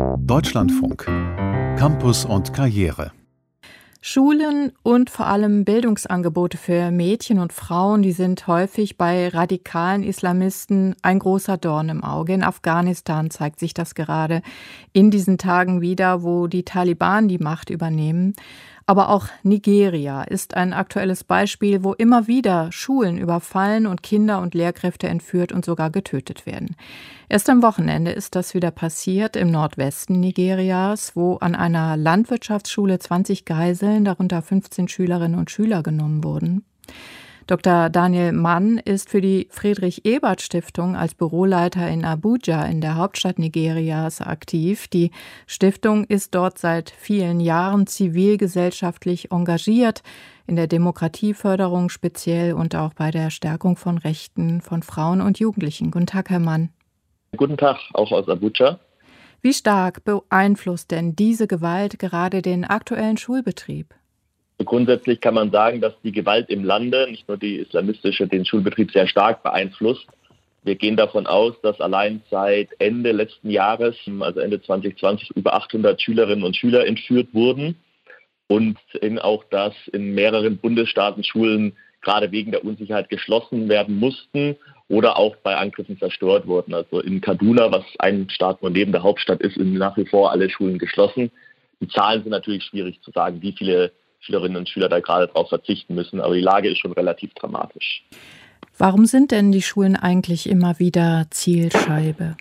Deutschlandfunk. Campus und Karriere. Schulen und vor allem Bildungsangebote für Mädchen und Frauen, die sind häufig bei radikalen Islamisten ein großer Dorn im Auge. In Afghanistan zeigt sich das gerade in diesen Tagen wieder, wo die Taliban die Macht übernehmen. Aber auch Nigeria ist ein aktuelles Beispiel, wo immer wieder Schulen überfallen und Kinder und Lehrkräfte entführt und sogar getötet werden. Erst am Wochenende ist das wieder passiert im Nordwesten Nigerias, wo an einer Landwirtschaftsschule 20 Geiseln, darunter 15 Schülerinnen und Schüler, genommen wurden. Dr. Daniel Mann ist für die Friedrich-Ebert-Stiftung als Büroleiter in Abuja in der Hauptstadt Nigerias aktiv. Die Stiftung ist dort seit vielen Jahren zivilgesellschaftlich engagiert, in der Demokratieförderung speziell und auch bei der Stärkung von Rechten von Frauen und Jugendlichen. Guten Tag, Herr Mann. Guten Tag, auch aus Abuja. Wie stark beeinflusst denn diese Gewalt gerade den aktuellen Schulbetrieb? Grundsätzlich kann man sagen, dass die Gewalt im Lande, nicht nur die islamistische, den Schulbetrieb sehr stark beeinflusst. Wir gehen davon aus, dass allein seit Ende letzten Jahres, also Ende 2020, über 800 Schülerinnen und Schüler entführt wurden und auch, dass in mehreren Bundesstaaten Schulen gerade wegen der Unsicherheit geschlossen werden mussten oder auch bei Angriffen zerstört wurden. Also in Kaduna, was ein Staat und neben der Hauptstadt ist, sind nach wie vor alle Schulen geschlossen. Die Zahlen sind natürlich schwierig zu sagen, wie viele Schülerinnen und Schüler da gerade darauf verzichten müssen. Aber die Lage ist schon relativ dramatisch. Warum sind denn die Schulen eigentlich immer wieder Zielscheibe?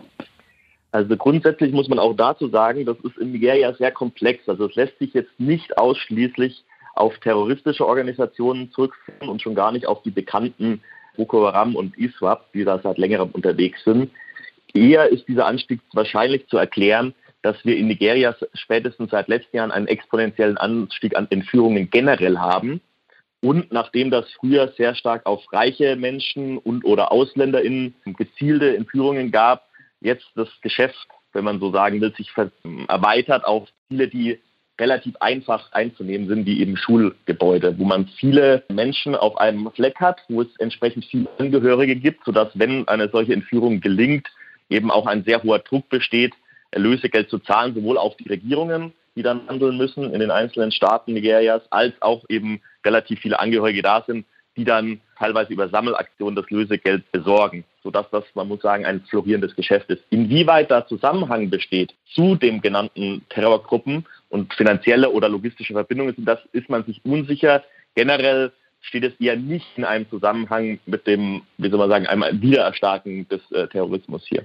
Also grundsätzlich muss man auch dazu sagen, das ist in Nigeria sehr komplex. Also es lässt sich jetzt nicht ausschließlich auf terroristische Organisationen zurückführen und schon gar nicht auf die bekannten Boko Haram und ISWAP, die da seit längerem unterwegs sind. Eher ist dieser Anstieg wahrscheinlich zu erklären, dass wir in Nigeria spätestens seit letzten Jahren einen exponentiellen Anstieg an Entführungen generell haben. Und nachdem das früher sehr stark auf reiche Menschen und oder AusländerInnen gezielte Entführungen gab, jetzt das Geschäft, wenn man so sagen will, sich erweitert auf Ziele, die relativ einfach einzunehmen sind, wie eben Schulgebäude, wo man viele Menschen auf einem Fleck hat, wo es entsprechend viele Angehörige gibt, sodass, wenn eine solche Entführung gelingt, eben auch ein sehr hoher Druck besteht, Lösegeld zu zahlen, sowohl auf die Regierungen, die dann handeln müssen in den einzelnen Staaten Nigerias, als auch eben relativ viele Angehörige da sind, die dann teilweise über Sammelaktionen das Lösegeld besorgen, sodass das, man muss sagen, ein florierendes Geschäft ist. Inwieweit da Zusammenhang besteht zu den genannten Terrorgruppen und finanzielle oder logistische Verbindungen sind, das ist man sich unsicher. Generell steht es eher nicht in einem Zusammenhang mit dem, wie soll man sagen, einem Wiedererstarken des Terrorismus hier.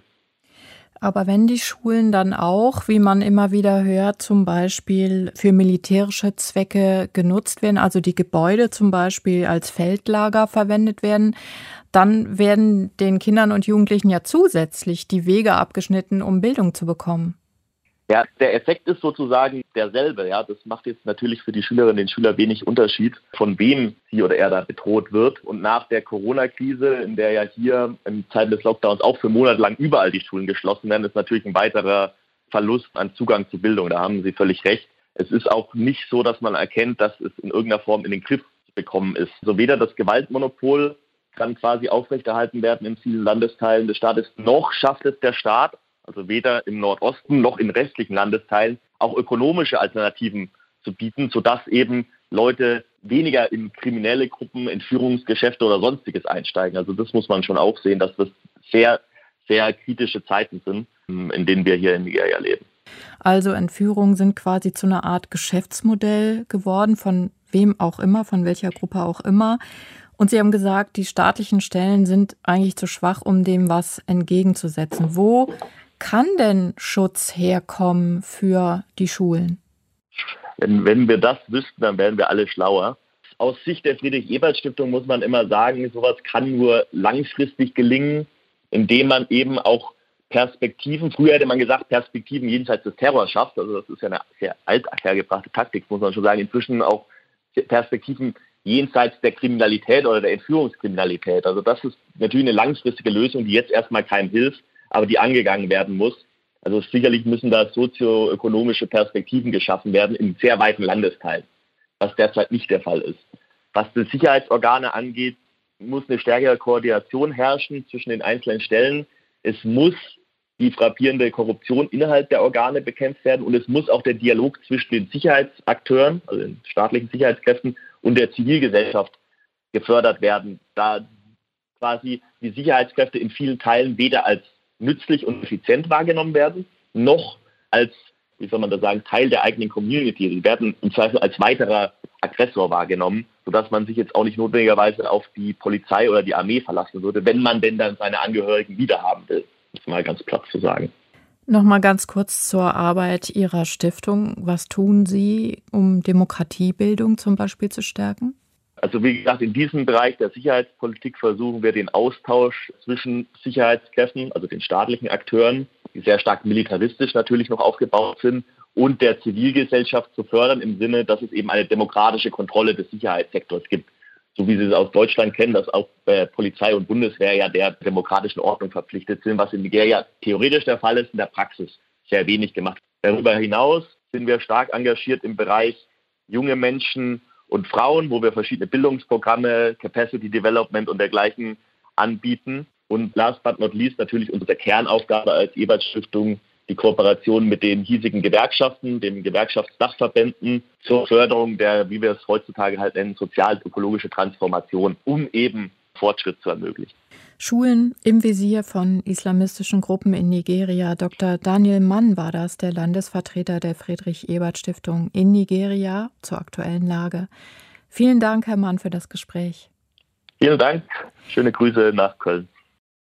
Aber wenn die Schulen dann auch, wie man immer wieder hört, zum Beispiel für militärische Zwecke genutzt werden, also die Gebäude zum Beispiel als Feldlager verwendet werden, dann werden den Kindern und Jugendlichen ja zusätzlich die Wege abgeschnitten, um Bildung zu bekommen. Ja, der Effekt ist sozusagen derselbe. Ja, das macht jetzt natürlich für die Schülerinnen und den Schüler wenig Unterschied, von wem sie oder er da bedroht wird. Und nach der Corona-Krise, in der ja hier in Zeiten des Lockdowns auch für Monate lang überall die Schulen geschlossen werden, ist natürlich ein weiterer Verlust an Zugang zu Bildung. Da haben Sie völlig recht. Es ist auch nicht so, dass man erkennt, dass es in irgendeiner Form in den Griff zu bekommen ist. Also weder das Gewaltmonopol kann quasi aufrechterhalten werden in vielen Landesteilen des Staates, noch schafft es der Staat, also weder im Nordosten noch in restlichen Landesteilen, auch ökonomische Alternativen zu bieten, sodass eben Leute weniger in kriminelle Gruppen, Entführungsgeschäfte oder Sonstiges einsteigen. Also das muss man schon auch sehen, dass das sehr, sehr kritische Zeiten sind, in denen wir hier in Nigeria leben. Also Entführungen sind quasi zu einer Art Geschäftsmodell geworden, von wem auch immer, von welcher Gruppe auch immer. Und Sie haben gesagt, die staatlichen Stellen sind eigentlich zu schwach, um dem was entgegenzusetzen. Wo kann denn Schutz herkommen für die Schulen? Wenn wir das wüssten, dann wären wir alle schlauer. Aus Sicht der Friedrich-Ebert-Stiftung muss man immer sagen, sowas kann nur langfristig gelingen, indem man eben auch Perspektiven, früher hätte man gesagt, Perspektiven jenseits des Terrors schafft. Also das ist ja eine sehr althergebrachte Taktik, muss man schon sagen. Inzwischen auch Perspektiven jenseits der Kriminalität oder der Entführungskriminalität. Also das ist natürlich eine langfristige Lösung, die jetzt erstmal keinem hilft, aber die angegangen werden muss. Also sicherlich müssen da sozioökonomische Perspektiven geschaffen werden in sehr weiten Landesteilen, was derzeit nicht der Fall ist. Was die Sicherheitsorgane angeht, muss eine stärkere Koordination herrschen zwischen den einzelnen Stellen. Es muss die frappierende Korruption innerhalb der Organe bekämpft werden und es muss auch der Dialog zwischen den Sicherheitsakteuren, also den staatlichen Sicherheitskräften und der Zivilgesellschaft gefördert werden, da quasi die Sicherheitskräfte in vielen Teilen weder als nützlich und effizient wahrgenommen werden, noch als, wie soll man das sagen, Teil der eigenen Community. Sie werden im Zweifel als weiterer Aggressor wahrgenommen, sodass man sich jetzt auch nicht notwendigerweise auf die Polizei oder die Armee verlassen würde, wenn man denn dann seine Angehörigen wiederhaben will. Das mal ganz platt zu sagen. Nochmal ganz kurz zur Arbeit Ihrer Stiftung. Was tun Sie, um Demokratiebildung zum Beispiel zu stärken? Also wie gesagt, in diesem Bereich der Sicherheitspolitik versuchen wir den Austausch zwischen Sicherheitskräften, also den staatlichen Akteuren, die sehr stark militaristisch natürlich noch aufgebaut sind, und der Zivilgesellschaft zu fördern im Sinne, dass es eben eine demokratische Kontrolle des Sicherheitssektors gibt. So wie Sie es aus Deutschland kennen, dass auch Polizei und Bundeswehr ja der demokratischen Ordnung verpflichtet sind, was in Nigeria theoretisch der Fall ist, in der Praxis sehr wenig gemacht. Darüber hinaus sind wir stark engagiert im Bereich junge Menschen und Frauen, wo wir verschiedene Bildungsprogramme, Capacity Development und dergleichen anbieten. Und last but not least natürlich unsere Kernaufgabe als Ebert-Stiftung, die Kooperation mit den hiesigen Gewerkschaften, den Gewerkschaftsdachverbänden zur Förderung der, wie wir es heutzutage halt nennen, sozial-ökologische Transformation, um eben Fortschritt zu ermöglichen. Schulen im Visier von islamistischen Gruppen in Nigeria. Dr. Daniel Mann war das, der Landesvertreter der Friedrich-Ebert-Stiftung in Nigeria zur aktuellen Lage. Vielen Dank, Herr Mann, für das Gespräch. Vielen Dank. Schöne Grüße nach Köln.